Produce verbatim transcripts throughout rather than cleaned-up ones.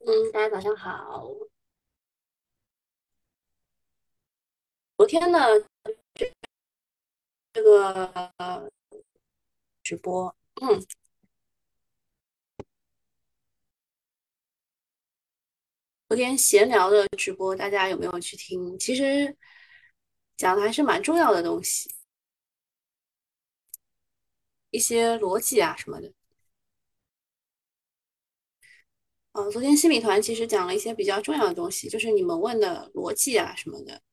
嗯，大家早上好。昨天呢，这个直播，嗯，昨天闲聊的直播，大家有没有去听？其实讲的还是蛮重要的东西，一些逻辑啊什么的。嗯，昨天新米团其实讲了一些比较重要的东西，就是你们问的逻辑啊什么的。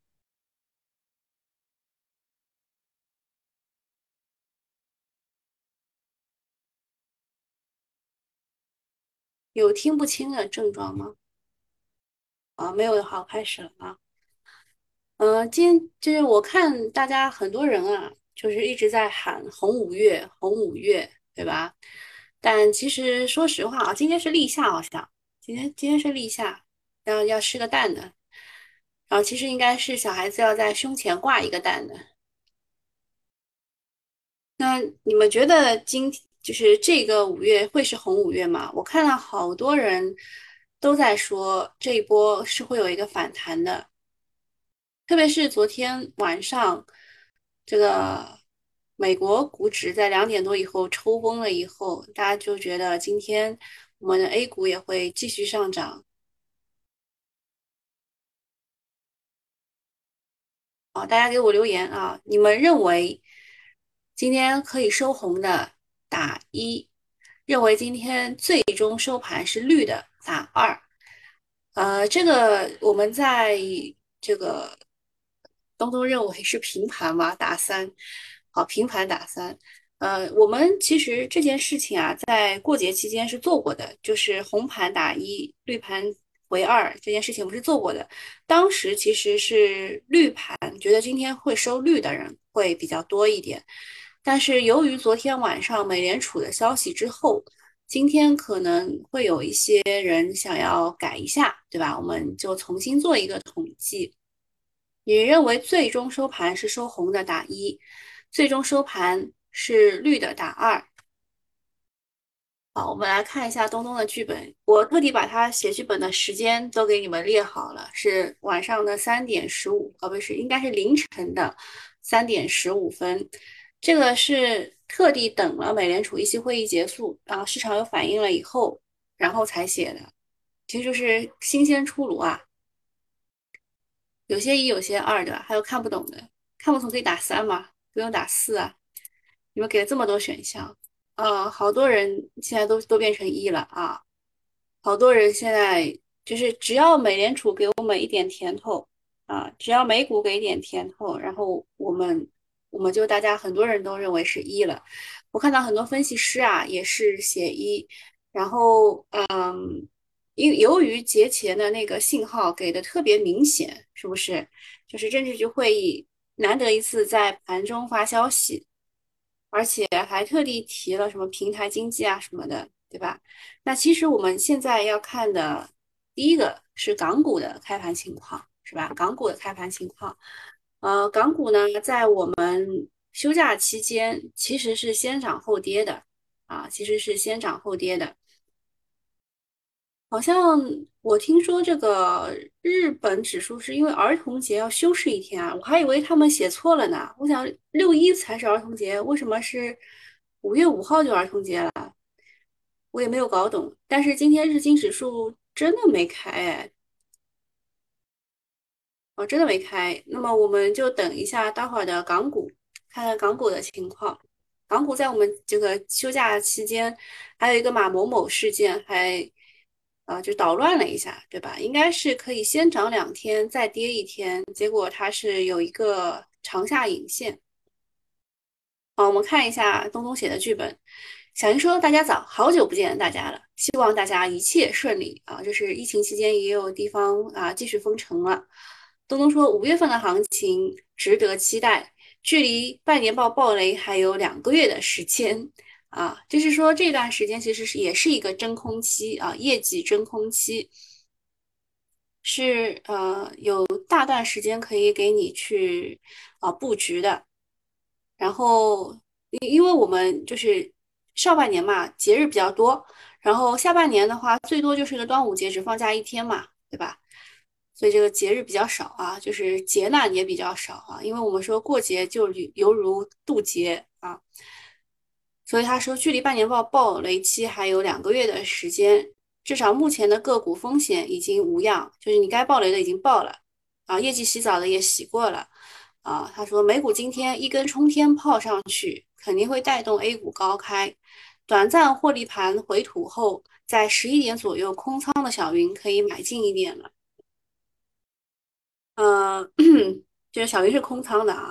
有听不清的症状吗？啊，没有，好，开始了啊。呃，今天就是我看大家很多人啊，就是一直在喊红五月，红五月，对吧？但其实说实话啊，今天是立夏，好像今天今天是立夏，要要吃个蛋的。然后其实应该是小孩子要在胸前挂一个蛋的。那你们觉得今就是这个五月会是红五月吗？我看到好多人都在说这一波是会有一个反弹的。特别是昨天晚上，这个美国股指在两点多以后抽崩了以后，大家就觉得今天我们的 A 股也会继续上涨。啊！大家给我留言啊，你们认为今天可以收红的打一，认为今天最终收盘是绿的打二。呃，这个我们在这个东东认为是平盘嘛，打三，好，平盘打三。呃，我们其实这件事情啊，在过节期间是做过的，就是红盘打一，绿盘回二这件事情我们是做过的。当时其实是绿盘，觉得今天会收绿的人会比较多一点，但是由于昨天晚上美联储的消息之后，今天可能会有一些人想要改一下，对吧？我们就重新做一个统计。你认为最终收盘是收红的打一，最终收盘是绿的打二。好，我们来看一下东东的剧本，我特地把他写剧本的时间都给你们列好了，是晚上的三点十五，哦，不是，应该是凌晨的三点十五分。这个是特地等了美联储议息会议结束，然后市场有反应了以后，然后才写的，其实就是新鲜出炉啊。有些一，有些二的，还有看不懂的，看不懂可以打三嘛，不用打四啊。你们给了这么多选项，呃，好多人现在都都变成一了啊。好多人现在就是只要美联储给我们一点甜头啊，只要美股给一点甜头，然后我们我们就大家很多人都认为是一了。我看到很多分析师啊也是写一，然后嗯，因由于节前的那个信号给的特别明显，是不是？就是政治局会议难得一次在盘中发消息，而且还特地提了什么平台经济啊什么的，对吧？那其实我们现在要看的第一个是港股的开盘情况，是吧？港股的开盘情况，呃，港股呢，在我们休假期间其实是先涨后跌的，啊，其实是先涨后跌的。好像我听说这个日本指数是因为儿童节要休市一天啊，我还以为他们写错了呢。我想六一才是儿童节，为什么是五月五号就儿童节了？我也没有搞懂。但是今天日经指数真的没开，哎，哦，真的没开。那么我们就等一下待会儿的港股，看看港股的情况。港股在我们这个休假期间，还有一个马某某事件还，呃，就捣乱了一下，对吧？应该是可以先涨两天，再跌一天，结果它是有一个长下影线。好，我们看一下东东写的剧本。小云说：“大家早，好久不见大家了，希望大家一切顺利啊！就是疫情期间也有地方啊继续封城了。”东东说：“五月份的行情值得期待，距离半年报暴雷还有两个月的时间啊，就是说这段时间其实是也是一个真空期啊，业绩真空期，是呃有大段时间可以给你去啊布局的。”然后因因为我们就是上半年嘛，节日比较多， 然后下半年的话，最多就是个端午节，只放假一天嘛，对吧？所以这个节日比较少啊，就是劫难也比较少啊，因为我们说过节就犹如渡劫啊，所以他说距离半年报报雷期还有两个月的时间，至少目前的个股风险已经无恙，就是你该爆雷的已经爆了啊，业绩洗澡的也洗过了啊。他说美股今天一根冲天炮上去，肯定会带动 A 股高开，短暂获利盘回吐后，在十一点左右空仓的小云可以买进一点了。呃，就是小鱼是空仓的啊，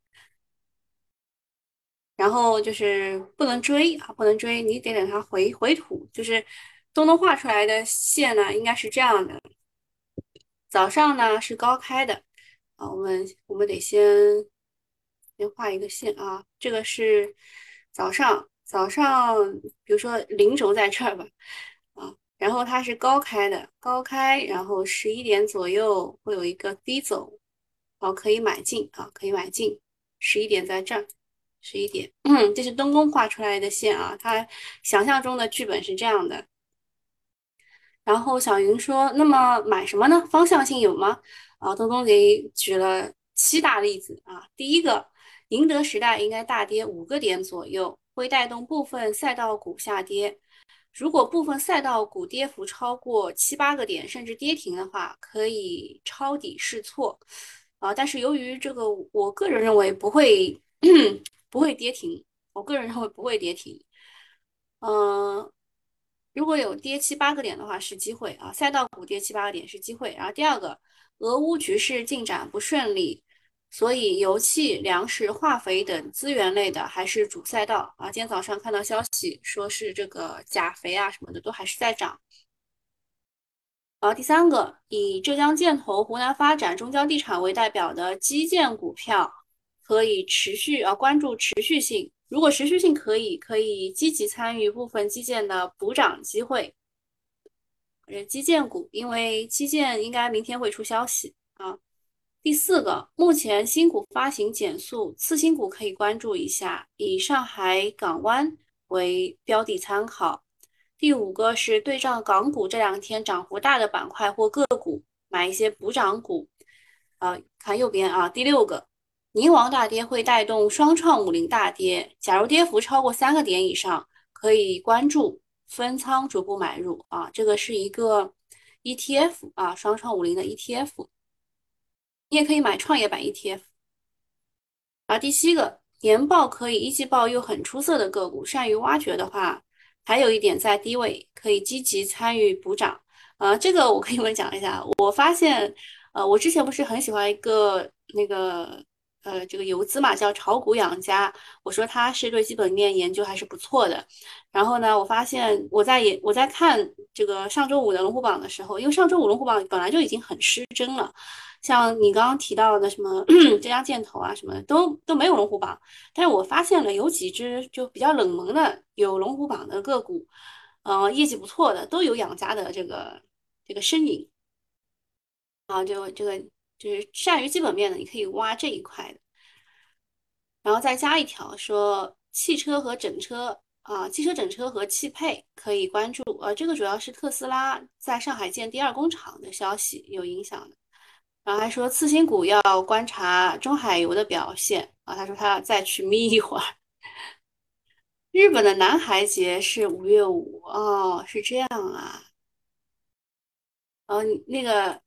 然后就是不能追啊，不能追，你得等它回回吐，就是东东画出来的线呢，应该是这样的，早上呢是高开的啊，我们我们得先先画一个线啊，这个是早上早上，比如说零轴在这儿吧，啊，然后它是高开的，高开，然后十一点左右会有一个低走，好，可以买进啊，可以买进，十一点在这儿，十一点，嗯，这是东宫画出来的线啊，他想象中的剧本是这样的。然后小云说：“那么买什么呢？方向性有吗？”啊，东东给举了七大例子啊。第一个，宁德时代应该大跌五个点左右，会带动部分赛道股下跌。如果部分赛道股跌幅超过七八个点，甚至跌停的话，可以抄底试错。啊，但是由于这个，我个人认为不会不会跌停，我个人认为不会跌停。嗯，如果有跌七八个点的话是机会啊，赛道股跌七八个点是机会。然后第二个，俄乌局势进展不顺利，所以油气、粮食、化肥等资源类的还是主赛道啊。今天早上看到消息说是这个钾肥啊什么的都还是在涨。然后第三个，以浙江建投、湖南发展、中交地产为代表的基建股票，可以持续啊关注持续性。如果持续性可以，可以积极参与部分基建的补涨机会。呃，基建股，因为基建应该明天会出消息啊。第四个，目前新股发行减速，次新股可以关注一下，以上海港湾为标的参考。第五个是对照港股这两天涨幅大的板块或个股，买一些补涨股。啊，看右边啊。第六个，宁王大跌会带动双创五零大跌，假如跌幅超过三个点以上，可以关注分仓逐步买入啊。这个是一个 E T F 啊，双创五零的 E T F，你也可以买创业板 E T F。然后第七个，年报可以一季报又很出色的个股，善于挖掘的话，还有一点在低位可以积极参与补涨。呃，这个我跟你们讲一下，我发现，呃，我之前不是很喜欢一个那个呃这个游资嘛，叫炒股养家，我说它是对基本面研究还是不错的。然后呢，我发现我在也我在看这个上周五的龙虎榜的时候，因为上周五龙虎榜本来就已经很失真了。像你刚刚提到的什么浙江建投啊什么的都都没有龙虎榜，但是我发现了有几只就比较冷门的有龙虎榜的个股，呃，业绩不错的，都有养家的这个这个身影啊，就这个就是善于基本面的，你可以挖这一块的，然后再加一条说汽车和整车啊，汽车整车和汽配可以关注，呃，这个主要是特斯拉在上海建第二工厂的消息有影响的。然后还说次新股要观察中海油的表现啊，他说他要再去眯一会儿。日本的男孩节是五月五哦，是这样啊。然后那个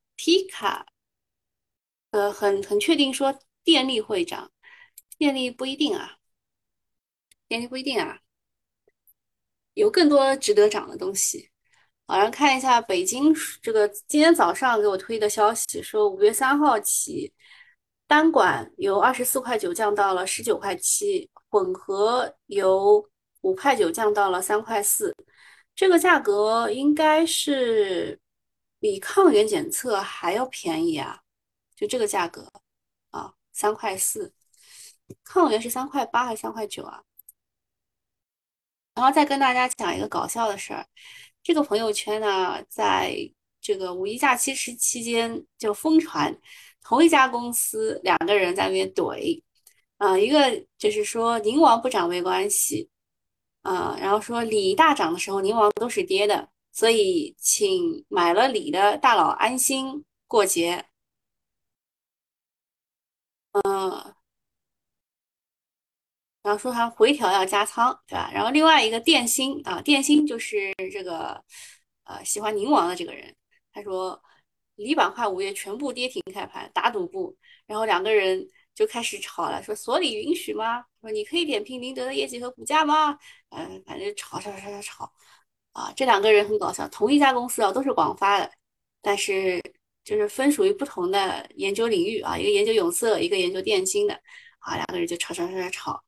T 卡，呃，很很确定说电力会涨，电力不一定啊，电力不一定啊，有更多值得涨的东西。好，然后看一下北京这个今天早上给我推的消息，说五月三号起，单管由二十四块九降到了十九块七，混合由五块九降到了三块四，这个价格应该是比抗原检测还要便宜啊，就这个价格啊，三块四，抗原是三块八还是三块九啊？然后再跟大家讲一个搞笑的事儿，这个朋友圈呢，在这个五一假期时期间就疯传，同一家公司两个人在那边怼，啊、一个就是说宁王不涨没关系啊、然后说锂大涨的时候，宁王都是跌的，所以请买了锂的大佬安心过节。嗯，然后说他回调要加仓，对吧？然后另外一个电芯啊，电芯就是这个呃喜欢宁王的这个人，他说锂板块五月全部跌停开盘，打赌布，然后两个人就开始吵了，说所里允许吗？说你可以点评宁德的业绩和股价吗？嗯、反正吵吵吵吵吵啊，这两个人很搞笑，同一家公司啊都是广发的，但是就是分属于不同的研究领域啊，一个研究有色，一个研究电芯的啊，两个人就吵吵吵吵吵。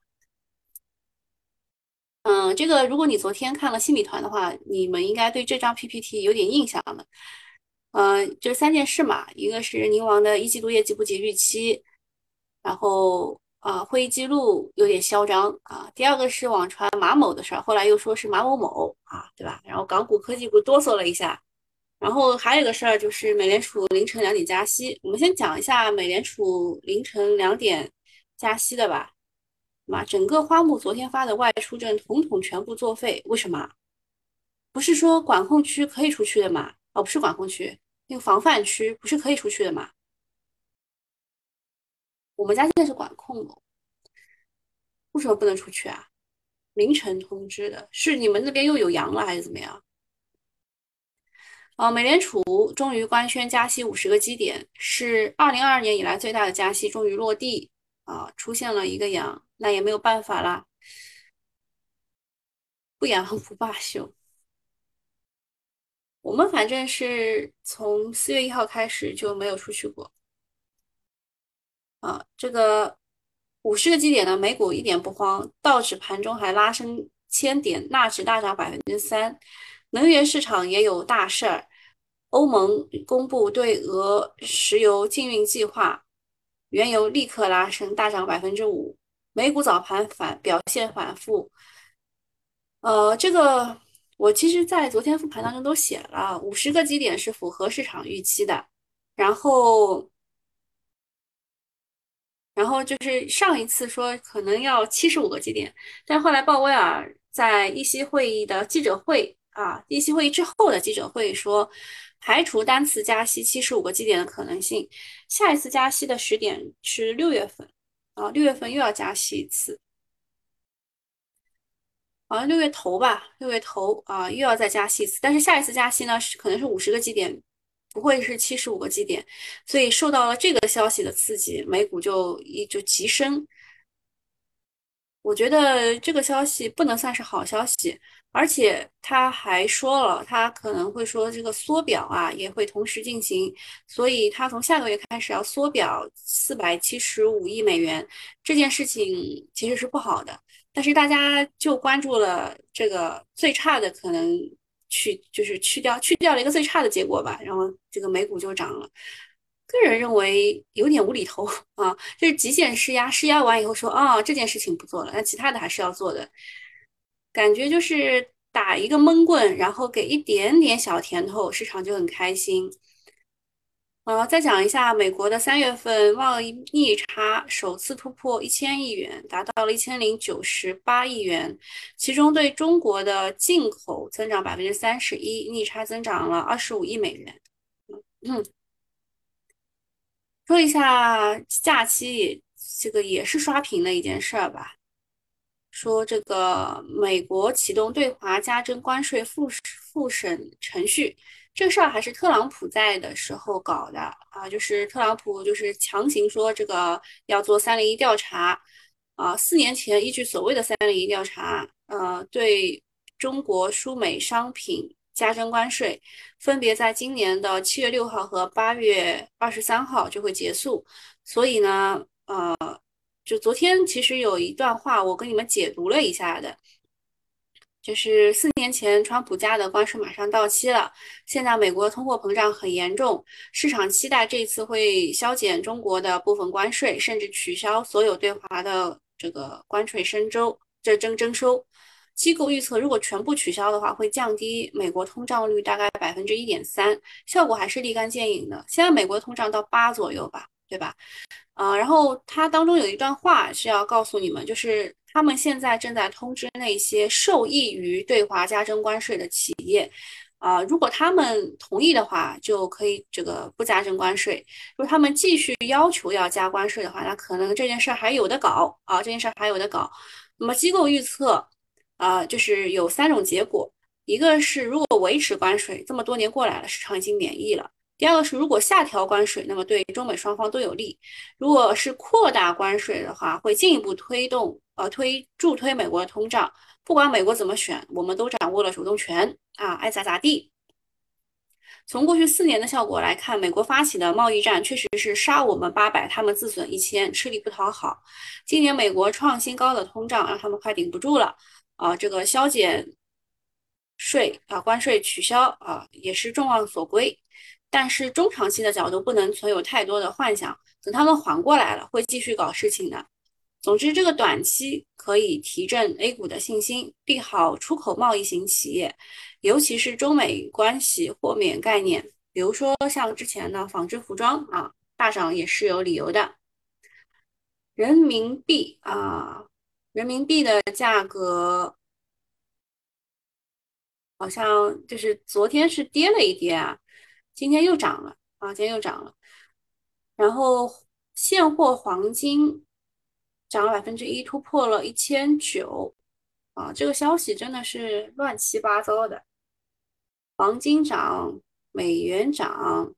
嗯，这个如果你昨天看了新米团的话，你们应该对这张 P P T 有点印象的。嗯，就是三件事嘛，一个是宁王的一季度业绩不及预期，然后啊、会议记录有点嚣张啊。第二个是网传马某的事儿，后来又说是马某某啊，对吧？然后港股科技股哆嗦了一下。然后还有一个事儿就是美联储凌晨两点加息，我们先讲一下美联储凌晨两点加息的吧。嘛，整个花木昨天发的外出证统统全部作废，为什么？不是说管控区可以出去的嘛？哦，不是管控区，那个防范区不是可以出去的嘛？我们家现在是管控的，为什么不能出去啊？凌晨通知的，是你们那边又有阳了还是怎么样？哦，美联储终于官宣加息五十个基点，是二零二二年以来最大的加息，终于落地啊，出现了一个阳，那也没有办法啦，不阳不罢休。我们反正是从四月一号开始就没有出去过啊。这个五十个基点呢，美股一点不慌，道指盘中还拉升千点，纳指大涨百分之三。能源市场也有大事儿，欧盟公布对俄石油禁运计划，原油立刻拉升，大涨百分之五。美股早盘反表现反复，呃，这个我其实在昨天复盘当中都写了，五十个基点是符合市场预期的。然后，然后就是上一次说可能要七十五个基点，但后来鲍威尔在议息会议的记者会啊，议息会议之后的记者会说，排除单次加息七十五个基点的可能性，下一次加息的时点是六月份啊，六月份又要加息一次。好像六月头吧，六月头啊，又要再加息一次，但是下一次加息呢，是可能是五十个基点，不会是七十五个基点，所以受到了这个消息的刺激，美股就一就急升。我觉得这个消息不能算是好消息，而且他还说了，他可能会说这个缩表啊也会同时进行，所以他从下个月开始要缩表四百七十五亿美元，这件事情其实是不好的。但是大家就关注了这个最差的可能去，就是去掉去掉了一个最差的结果吧，然后这个美股就涨了。个人认为有点无厘头啊，就是极限施压，施压完以后说啊这件事情不做了，那其他的还是要做的，感觉就是打一个闷棍，然后给一点点小甜头，市场就很开心。呃，再讲一下美国的三月份贸易逆差首次突破一千亿元，达到了一千零九十八亿元，其中对中国的进口增长百分之三十一，逆差增长了二十五亿美元。嗯，说一下假期，这个也是刷屏的一件事儿吧。说这个美国启动对华加征关税复复审程序，这个事儿还是特朗普在的时候搞的啊，就是特朗普就是强行说这个要做三零一调查啊，四年前依据所谓的三零一调查，呃，对中国输美商品加征关税，分别在今年的七月六号和八月二十三号就会结束，所以呢。就昨天其实有一段话，我跟你们解读了一下的，就是四年前川普加的关税马上到期了，现在美国通货膨胀很严重，市场期待这次会削减中国的部分关税，甚至取消所有对华的这个关税征收，这征征收。机构预测，如果全部取消的话，会降低美国通胀率大概百分之一点三，效果还是立竿见影的。现在美国通胀到八左右吧，对吧？啊，然后它当中有一段话是要告诉你们，就是他们现在正在通知那些受益于对华加征关税的企业，啊、如果他们同意的话，就可以这个不加征关税；如果他们继续要求要加关税的话，那可能这件事儿还有的搞啊，这件事儿还有的搞。那么机构预测，啊、就是有三种结果，一个是如果维持关税，这么多年过来了，市场已经免疫了。第二个是，如果下调关税，那么对中美双方都有利；如果是扩大关税的话，会进一步推动呃推助推美国的通胀。不管美国怎么选，我们都掌握了主动权啊，爱咋咋地。从过去四年的效果来看，美国发起的贸易战确实是杀我们八百，他们自损一千，吃力不讨好。今年美国创新高的通胀让他们快顶不住了啊，这个削减税啊，关税取消啊，也是众望所归。但是中长期的角度不能存有太多的幻想，等他们缓过来了，会继续搞事情的。总之，这个短期可以提振 A 股的信心，利好出口贸易型企业，尤其是中美关系豁免概念，比如说像之前的纺织服装啊，大涨也是有理由的。人民币啊，人民币的价格好像就是昨天是跌了一跌啊，今天又涨了啊，今天又涨了。然后现货黄金涨了百分之一，突破了一千九啊，这个消息真的是乱七八糟的。黄金涨，美元涨，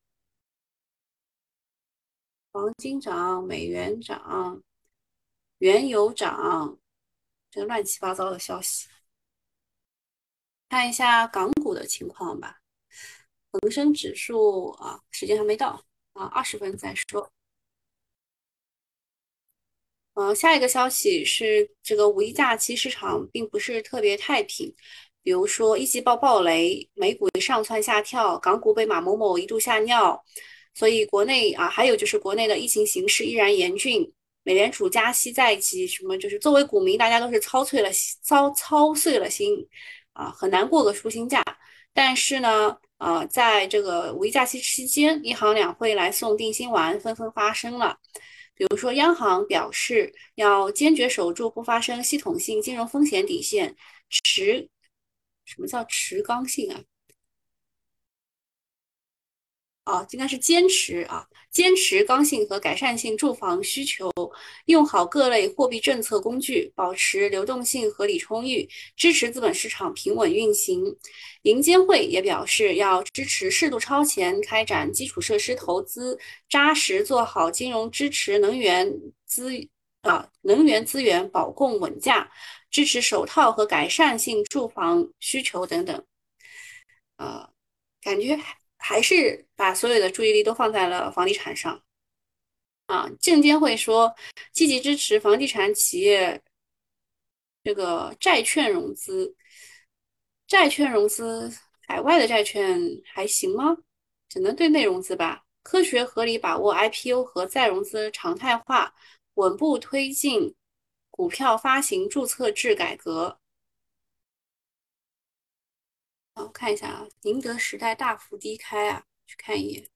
黄金涨，美元涨，原油涨，这乱七八糟的消息。看一下港股的情况吧，恒生指数啊，时间还没到啊，二十分再说。呃，下一个消息是，这个五一假期市场并不是特别太平，比如说一季报暴雷，美股上蹿下跳，港股被马某某一度吓尿，所以国内啊，还有就是国内的疫情形势依然严峻，美联储加息在即，什么就是作为股民，大家都是操碎了操操碎了心啊，很难过个舒心假。但是呢，呃，在这个五一假期期间，一行两会来送定心丸纷纷发生了。比如说，央行表示要坚决守住不发生系统性金融风险底线，持什么叫持刚性啊？啊，应该是坚持啊，坚持刚性和改善性住房需求，用好各类货币政策工具，保持流动性合理充裕，支持资本市场平稳运行。银监会也表示要支持适度超前开展基础设施投资，扎实做好金融支持能源资啊能源资源保供稳价，支持首套和改善性住房需求等等。呃，感觉还还是把所有的注意力都放在了房地产上啊。证监会说，积极支持房地产企业这个债券融资，债券融资，海外的债券还行吗？只能对内融资吧。科学合理把握 I P O 和再融资常态化，稳步推进股票发行注册制改革。啊，我看一下啊，宁德时代大幅低开啊，去看一眼。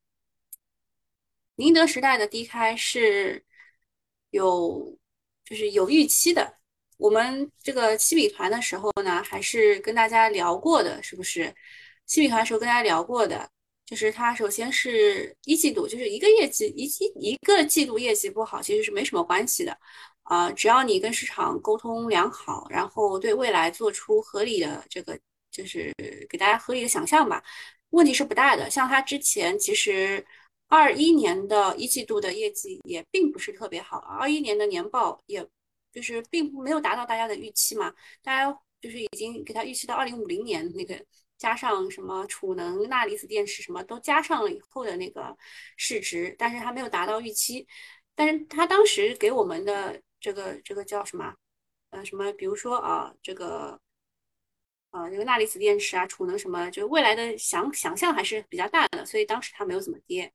宁德时代的低开是有就是有预期的。我们这个七笔团的时候呢，还是跟大家聊过的，是不是？七笔团的时候跟大家聊过的，就是它首先是一季度，就是一个业绩一季一个季度业绩不好，其实是没什么关系的啊、呃只要你跟市场沟通良好，然后对未来做出合理的这个，就是给大家合理的想象吧，问题是不大的。像它之前其实。二一年的一季度的业绩也并不是特别好，二一年的年报也就是并没有达到大家的预期嘛，大家就是已经给它预期到二零五零年那个加上什么储能、钠离子电池什么都加上了以后的那个市值，但是它没有达到预期，但是它当时给我们的这个这个叫什么？呃，什么？比如说啊，这个呃，这个钠离子电池啊，储能什么，就未来的想想象还是比较大的，所以当时它没有怎么跌。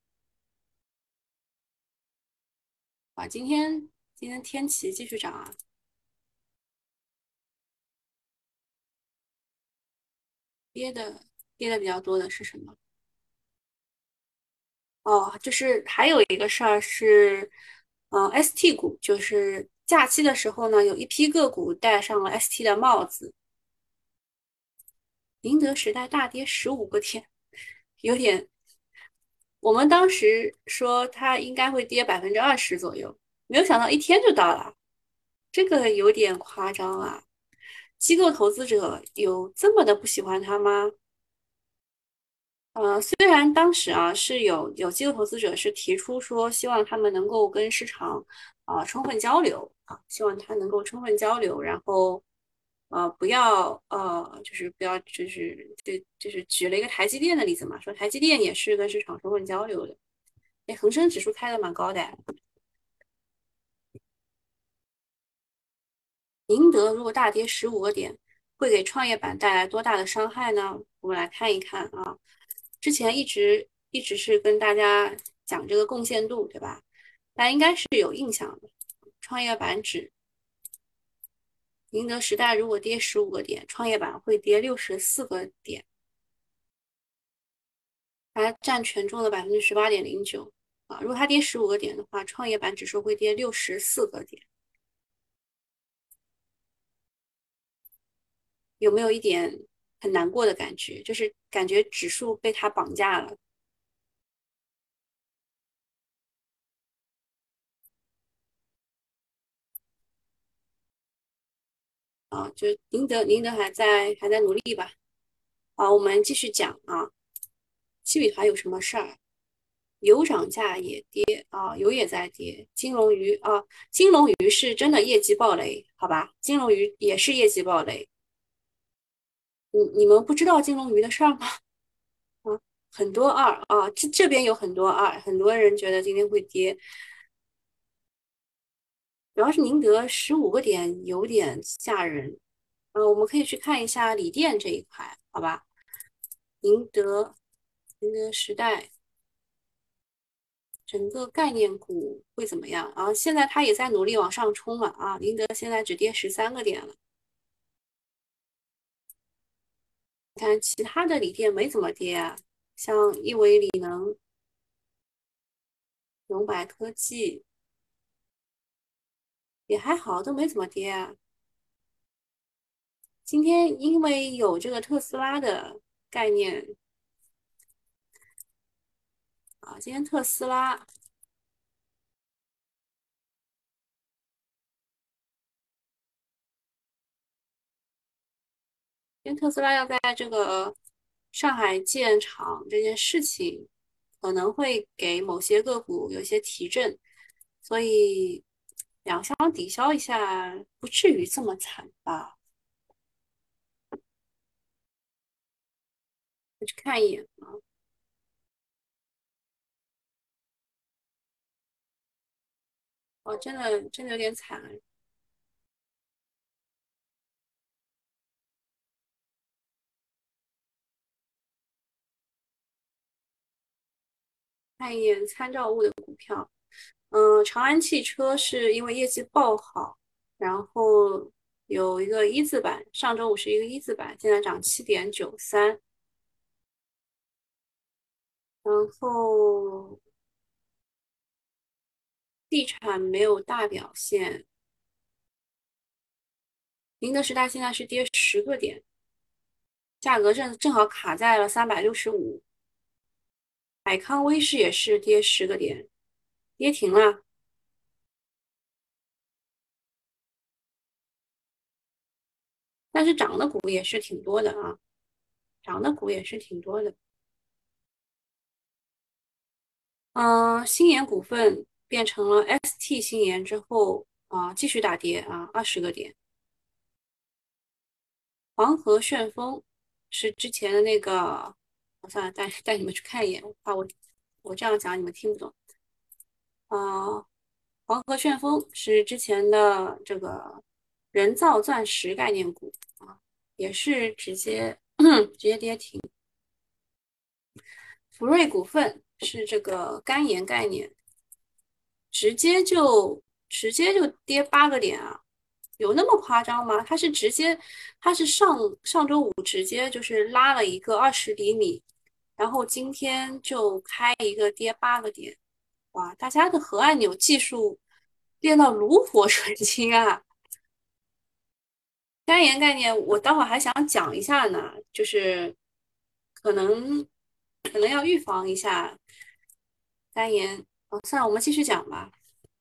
啊，今天今天天气继续涨啊，跌的跌的比较多的是什么？哦，就是还有一个事儿是，嗯，S T 股就是假期的时候呢，有一批个股戴上了 S T 的帽子，宁德时代大跌十五个点，有点。我们当时说它应该会跌百分之二十左右，没有想到一天就到了，这个有点夸张啊。机构投资者有这么的不喜欢它吗？呃，虽然当时啊是有有机构投资者是提出说，希望他们能够跟市场啊、充分交流啊，希望它能够充分交流，然后呃不要呃就是不要就是就就是举了一个台积电的例子嘛，说台积电也是跟市场充分交流的。哎，恒生指数开的蛮高的。宁德如果大跌十五个点，会给创业板带来多大的伤害呢？我们来看一看啊。之前一直一直是跟大家讲这个贡献度，对吧？大家应该是有印象的。创业板指宁德时代如果跌十五个点，创业板会跌六十四个点，它占权重的百分之十八点零九啊。如果它跌十五个点的话，创业板指数会跌六十四个点。有没有一点很难过的感觉？就是感觉指数被它绑架了啊！就宁德，宁德还在还在努力吧。好，我们继续讲啊。七里团有什么事儿？油涨价也跌啊，油也在跌。金龙鱼啊，金龙鱼是真的业绩暴雷，好吧？金龙鱼也是业绩暴雷。你你们不知道金龙鱼的事儿吗？啊，很多二啊，这这边有很多二，很多人觉得今天会跌。主要是宁德十五个点有点吓人。呃，我们可以去看一下锂电这一块，好吧？宁德、宁德时代整个概念股会怎么样？啊，现在它也在努力往上冲嘛，啊，宁德现在只跌十三个点了。你看其他的锂电没怎么跌啊，像亿维锂能、永百科技也还好，都没怎么跌啊。今天因为有这个特斯拉的概念啊，今天特斯拉因为特斯拉要在这个上海建厂这件事情，可能会给某些个股有一些提振，所以两相抵消一下，不至于这么惨吧？我去看一眼啊，哦，真的真的有点惨，看一眼参照物的股票，嗯，长安汽车是因为业绩爆好，然后有一个一字板，上周五是一个一字板，现在涨七点九三，然后地产没有大表现，宁德时代现在是跌十个点，价格正正好卡在了三百六十五。海康威视也是跌十个点，跌停了，但是涨的股也是挺多的啊，涨的股也是挺多的。嗯，新研股份变成了 S T 新研之后啊，继续大跌啊，二十个点。黄河旋风是之前的那个，我算了，带带你们去看一眼，我怕我我这样讲你们听不懂。啊，黄河旋风是之前的这个人造钻石概念股啊，也是直接直接跌停。福瑞股份是这个肝炎概念，直接就直接就跌八个点啊，有那么夸张吗？它是直接，它是上上周五直接就是拉了一个二十厘米，然后今天就开一个跌八个点，哇，大家的核按钮技术练到炉火纯青啊。肝炎概念，我待会儿还想讲一下呢，就是可能可能要预防一下肝炎。哦，算了，我们继续讲吧。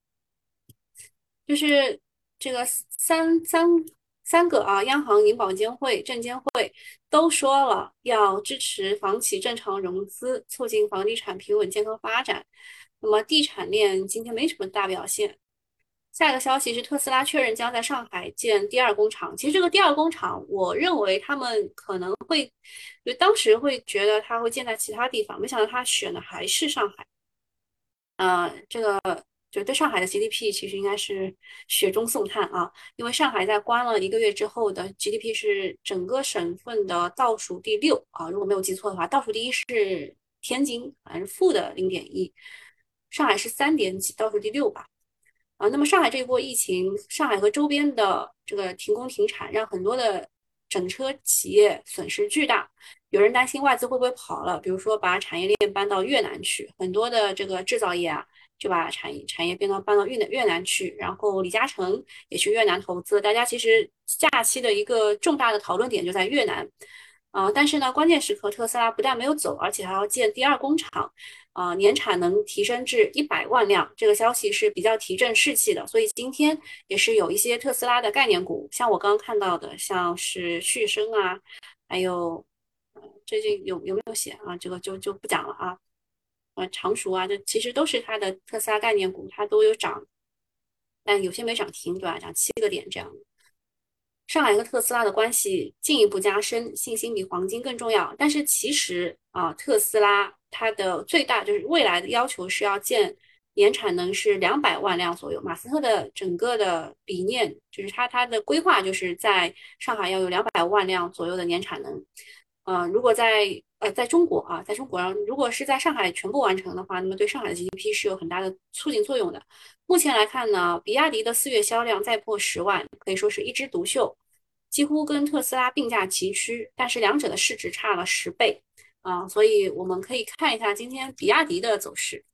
就是这个三三三个啊，央行、银保监会、证监会都说了要支持房企正常融资，促进房地产平稳健康发展。那么地产链今天没什么大表现。下一个消息是特斯拉确认将在上海建第二工厂。其实这个第二工厂，我认为他们可能会，就当时会觉得它会建在其他地方，没想到他选的还是上海。呃，这个就对上海的 G D P 其实应该是雪中送炭啊，因为上海在关了一个月之后的 G D P 是整个省份的倒数第六啊，如果没有记错的话，倒数第一是天津，好像是负的零点一，上海是三点几，倒数第六吧。啊，那么上海这一波疫情，上海和周边的这个停工停产，让很多的整车企业损失巨大。有人担心外资会不会跑了，比如说把产业链搬到越南去，很多的这个制造业啊，就把产业产业变到搬到越南越南去。然后李嘉诚也去越南投资，大家其实假期的一个重大的讨论点就在越南。呃，但是呢，关键时刻特斯拉不但没有走，而且还要建第二工厂，呃，年产能提升至一百万辆，这个消息是比较提振士气的。所以今天也是有一些特斯拉的概念股，像我刚刚看到的，像是旭升啊，还有呃最近有有没有写啊？这个就就不讲了啊。呃，常熟啊，这其实都是它的特斯拉概念股，它都有涨，但有些没涨停，对吧？涨七个点这样。上海和特斯拉的关系进一步加深，信心比黄金更重要。但是其实啊，特斯拉它的最大就是未来的要求是要建年产能是两百万辆左右。马斯克的整个的理念就是他他的规划就是在上海要有两百万辆左右的年产能。呃，如果在呃在中国啊，在中国，如果是在上海全部完成的话，那么对上海的 G D P 是有很大的促进作用的。目前来看呢，比亚迪的四月销量再破十万，可以说是一枝独秀，几乎跟特斯拉并驾齐驱，但是两者的市值差了十倍啊，所以我们可以看一下今天比亚迪的走势。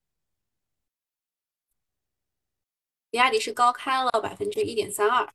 比亚迪是高开了百分之一点三二。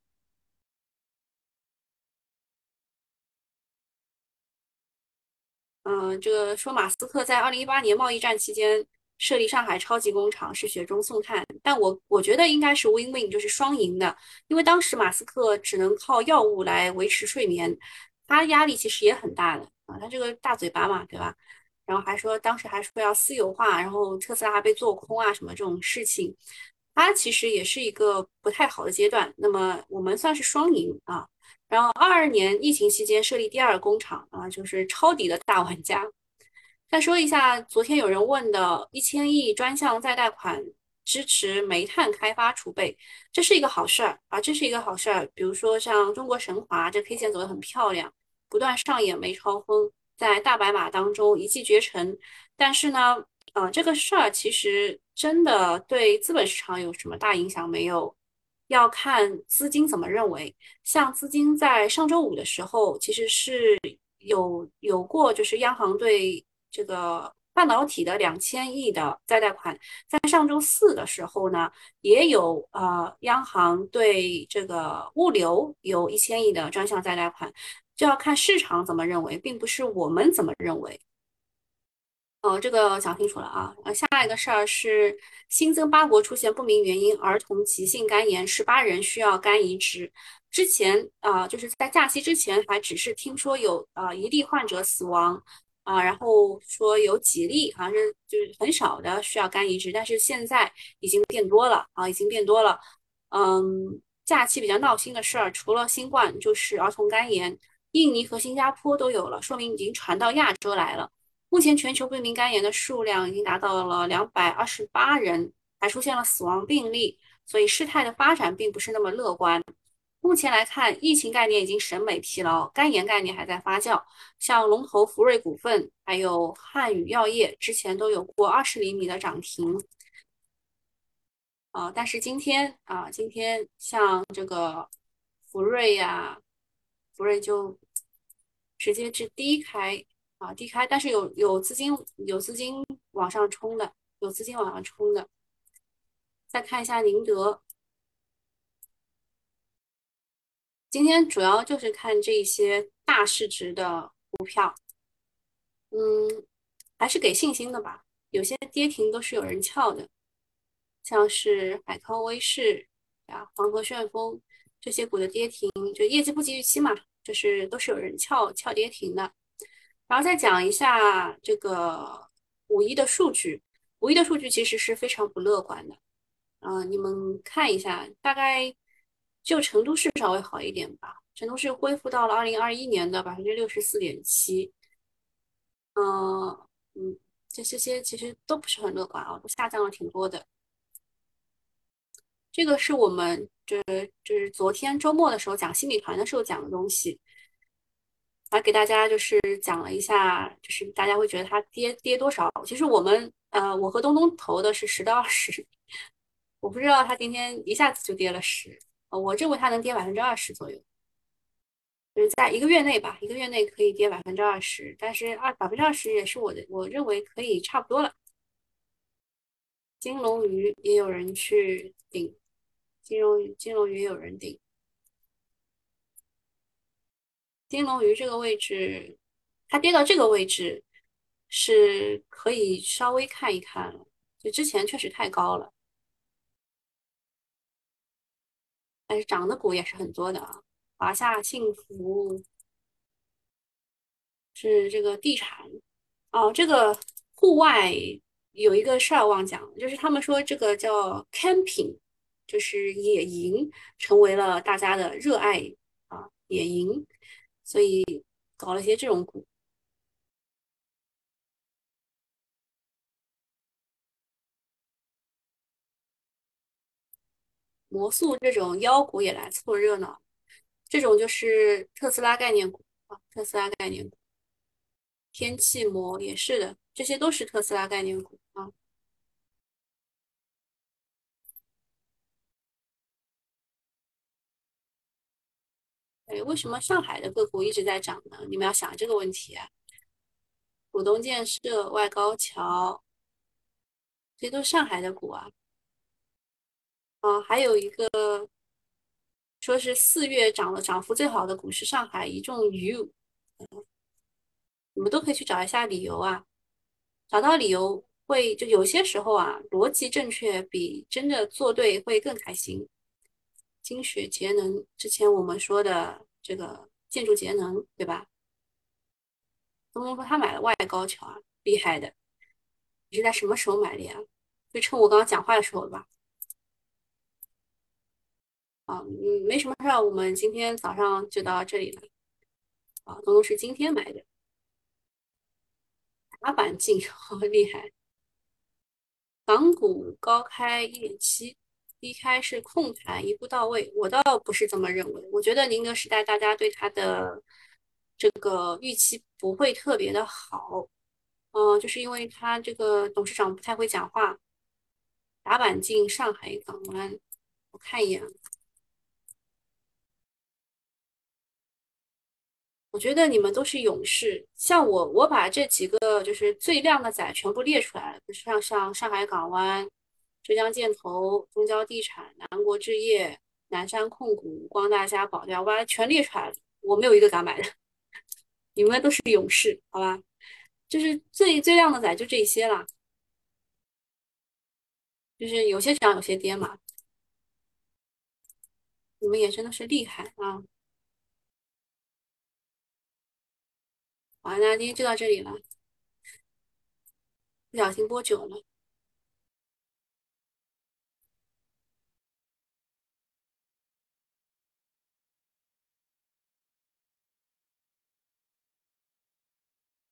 嗯、呃这个说马斯克在二零一八年贸易战期间设立上海超级工厂是雪中送炭，但我我觉得应该是 win-win，就是双赢的，因为当时马斯克只能靠药物来维持睡眠，他压力其实也很大的啊，他这个大嘴巴嘛，对吧？然后还说当时还说要私有化，然后特斯拉还被做空啊什么这种事情，他其实也是一个不太好的阶段。那么我们算是双赢啊。然后二二年疫情期间设立第二工厂啊，就是抄底的大玩家。再说一下，昨天有人问的一千亿专项再贷款支持煤炭开发储备，这是一个好事儿啊，这是一个好事儿。比如说像中国神华，这 K 线走得很漂亮，不断上演煤超风，在大白马当中一骑绝尘。但是呢，呃，这个事儿其实真的对资本市场有什么大影响没有？要看资金怎么认为。像资金在上周五的时候，其实是有有过，就是央行对这个半导体的两千亿的再贷款，在上周四的时候呢，也有呃央行对这个物流有一千亿的专项再贷款，就要看市场怎么认为，并不是我们怎么认为。哦，这个讲清楚了啊。呃，下一个事儿是新增八国出现不明原因儿童急性肝炎，十八人需要肝移植。之前啊、呃就是在假期之前还只是听说有啊、呃一例患者死亡啊、然后说有几例好像是就是很少的需要肝移植，但是现在已经变多了啊，已经变多了。嗯，假期比较闹心的事儿，除了新冠就是儿童肝炎，印尼和新加坡都有了，说明已经传到亚洲来了。目前全球不明肝炎的数量已经达到了两百二十八人，还出现了死亡病例，所以事态的发展并不是那么乐观。目前来看，疫情概念已经审美疲劳，肝炎概念还在发酵。像龙头福瑞股份，还有汉语药业，之前都有过二十厘米的涨停啊、呃但是今天啊、呃今天像这个福瑞呀、福瑞就直接是低开啊，低开，但是有有资金有资金往上冲的，有资金往上冲的。 再看一下宁德，今天主要就是看这些大市值的股票，嗯，还是给信心的吧。有些跌停都是有人撬的，像是海康威视啊、黄河旋风这些股的跌停，就业绩不及预期嘛，就是都是有人撬撬跌停的。然后再讲一下这个五一的数据，五一的数据其实是非常不乐观的。嗯、呃你们看一下，大概就成都市稍微好一点吧，成都市恢复到了二零二一年的百分之六十四点七。嗯嗯，这这些其实都不是很乐观啊，都下降了挺多的。这个是我们这就是昨天周末的时候讲新米团的时候讲的东西，来给大家就是讲了一下，就是大家会觉得它跌跌多少。其实我们呃，我和东东投的是十到二十，我不知道它今天一下子就跌了十，呃，我认为它能跌百分之二十左右，就是在一个月内吧，一个月内可以跌百分之二十，但是二百分之二十也是我的，我认为可以差不多了。金龙鱼也有人去顶，金龙金龙鱼也有人顶，金龙鱼这个位置，它跌到这个位置是可以稍微看一看了，就之前确实太高了，但是涨的股也是很多的啊。华夏幸福是这个地产哦，这个户外有一个事儿忘讲了，就是他们说这个叫 camping，就是野营，成为了大家的热爱啊，野营，所以搞了一些这种股。魔素这种妖股也来凑热闹，这种就是特斯拉概念股啊，特斯拉概念股，天气膜也是的，这些都是特斯拉概念股啊。哎，为什么上海的个股一直在涨呢？你们要想这个问题啊。浦东建设、外高桥，这些都是上海的股啊。啊，还有一个说是四月涨了涨幅最好的股是上海一众 U，你们都可以去找一下理由啊。找到理由会就有些时候啊，逻辑正确比真的做对会更开心。精血节能，之前我们说的这个建筑节能，对吧？东东说他买了外高桥啊，厉害的。你是在什么时候买的呀？就趁我刚刚讲话的时候吧。啊，嗯，没什么事儿，我们今天早上就到这里了。啊，东东是今天买的，打板进，好厉害。港股高开一点七，低开是控盘一步到位，我倒不是这么认为。我觉得宁德时代大家对它的这个预期不会特别的好，嗯、就是因为它这个董事长不太会讲话。打板进上海港湾，我看一眼，我觉得你们都是勇士。像我，我把这几个就是最靓的仔全部列出来了，像像上海港湾、浙江建投、中交地产、南国置业、南山控股、光大家、保量，我把它全列出来了。我没有一个敢买的，你们都是勇士，好吧？就是最最靓的仔就这些了，就是有些涨有些跌嘛。你们也真的是厉害啊！好，那今天就到这里了，不小心播久了。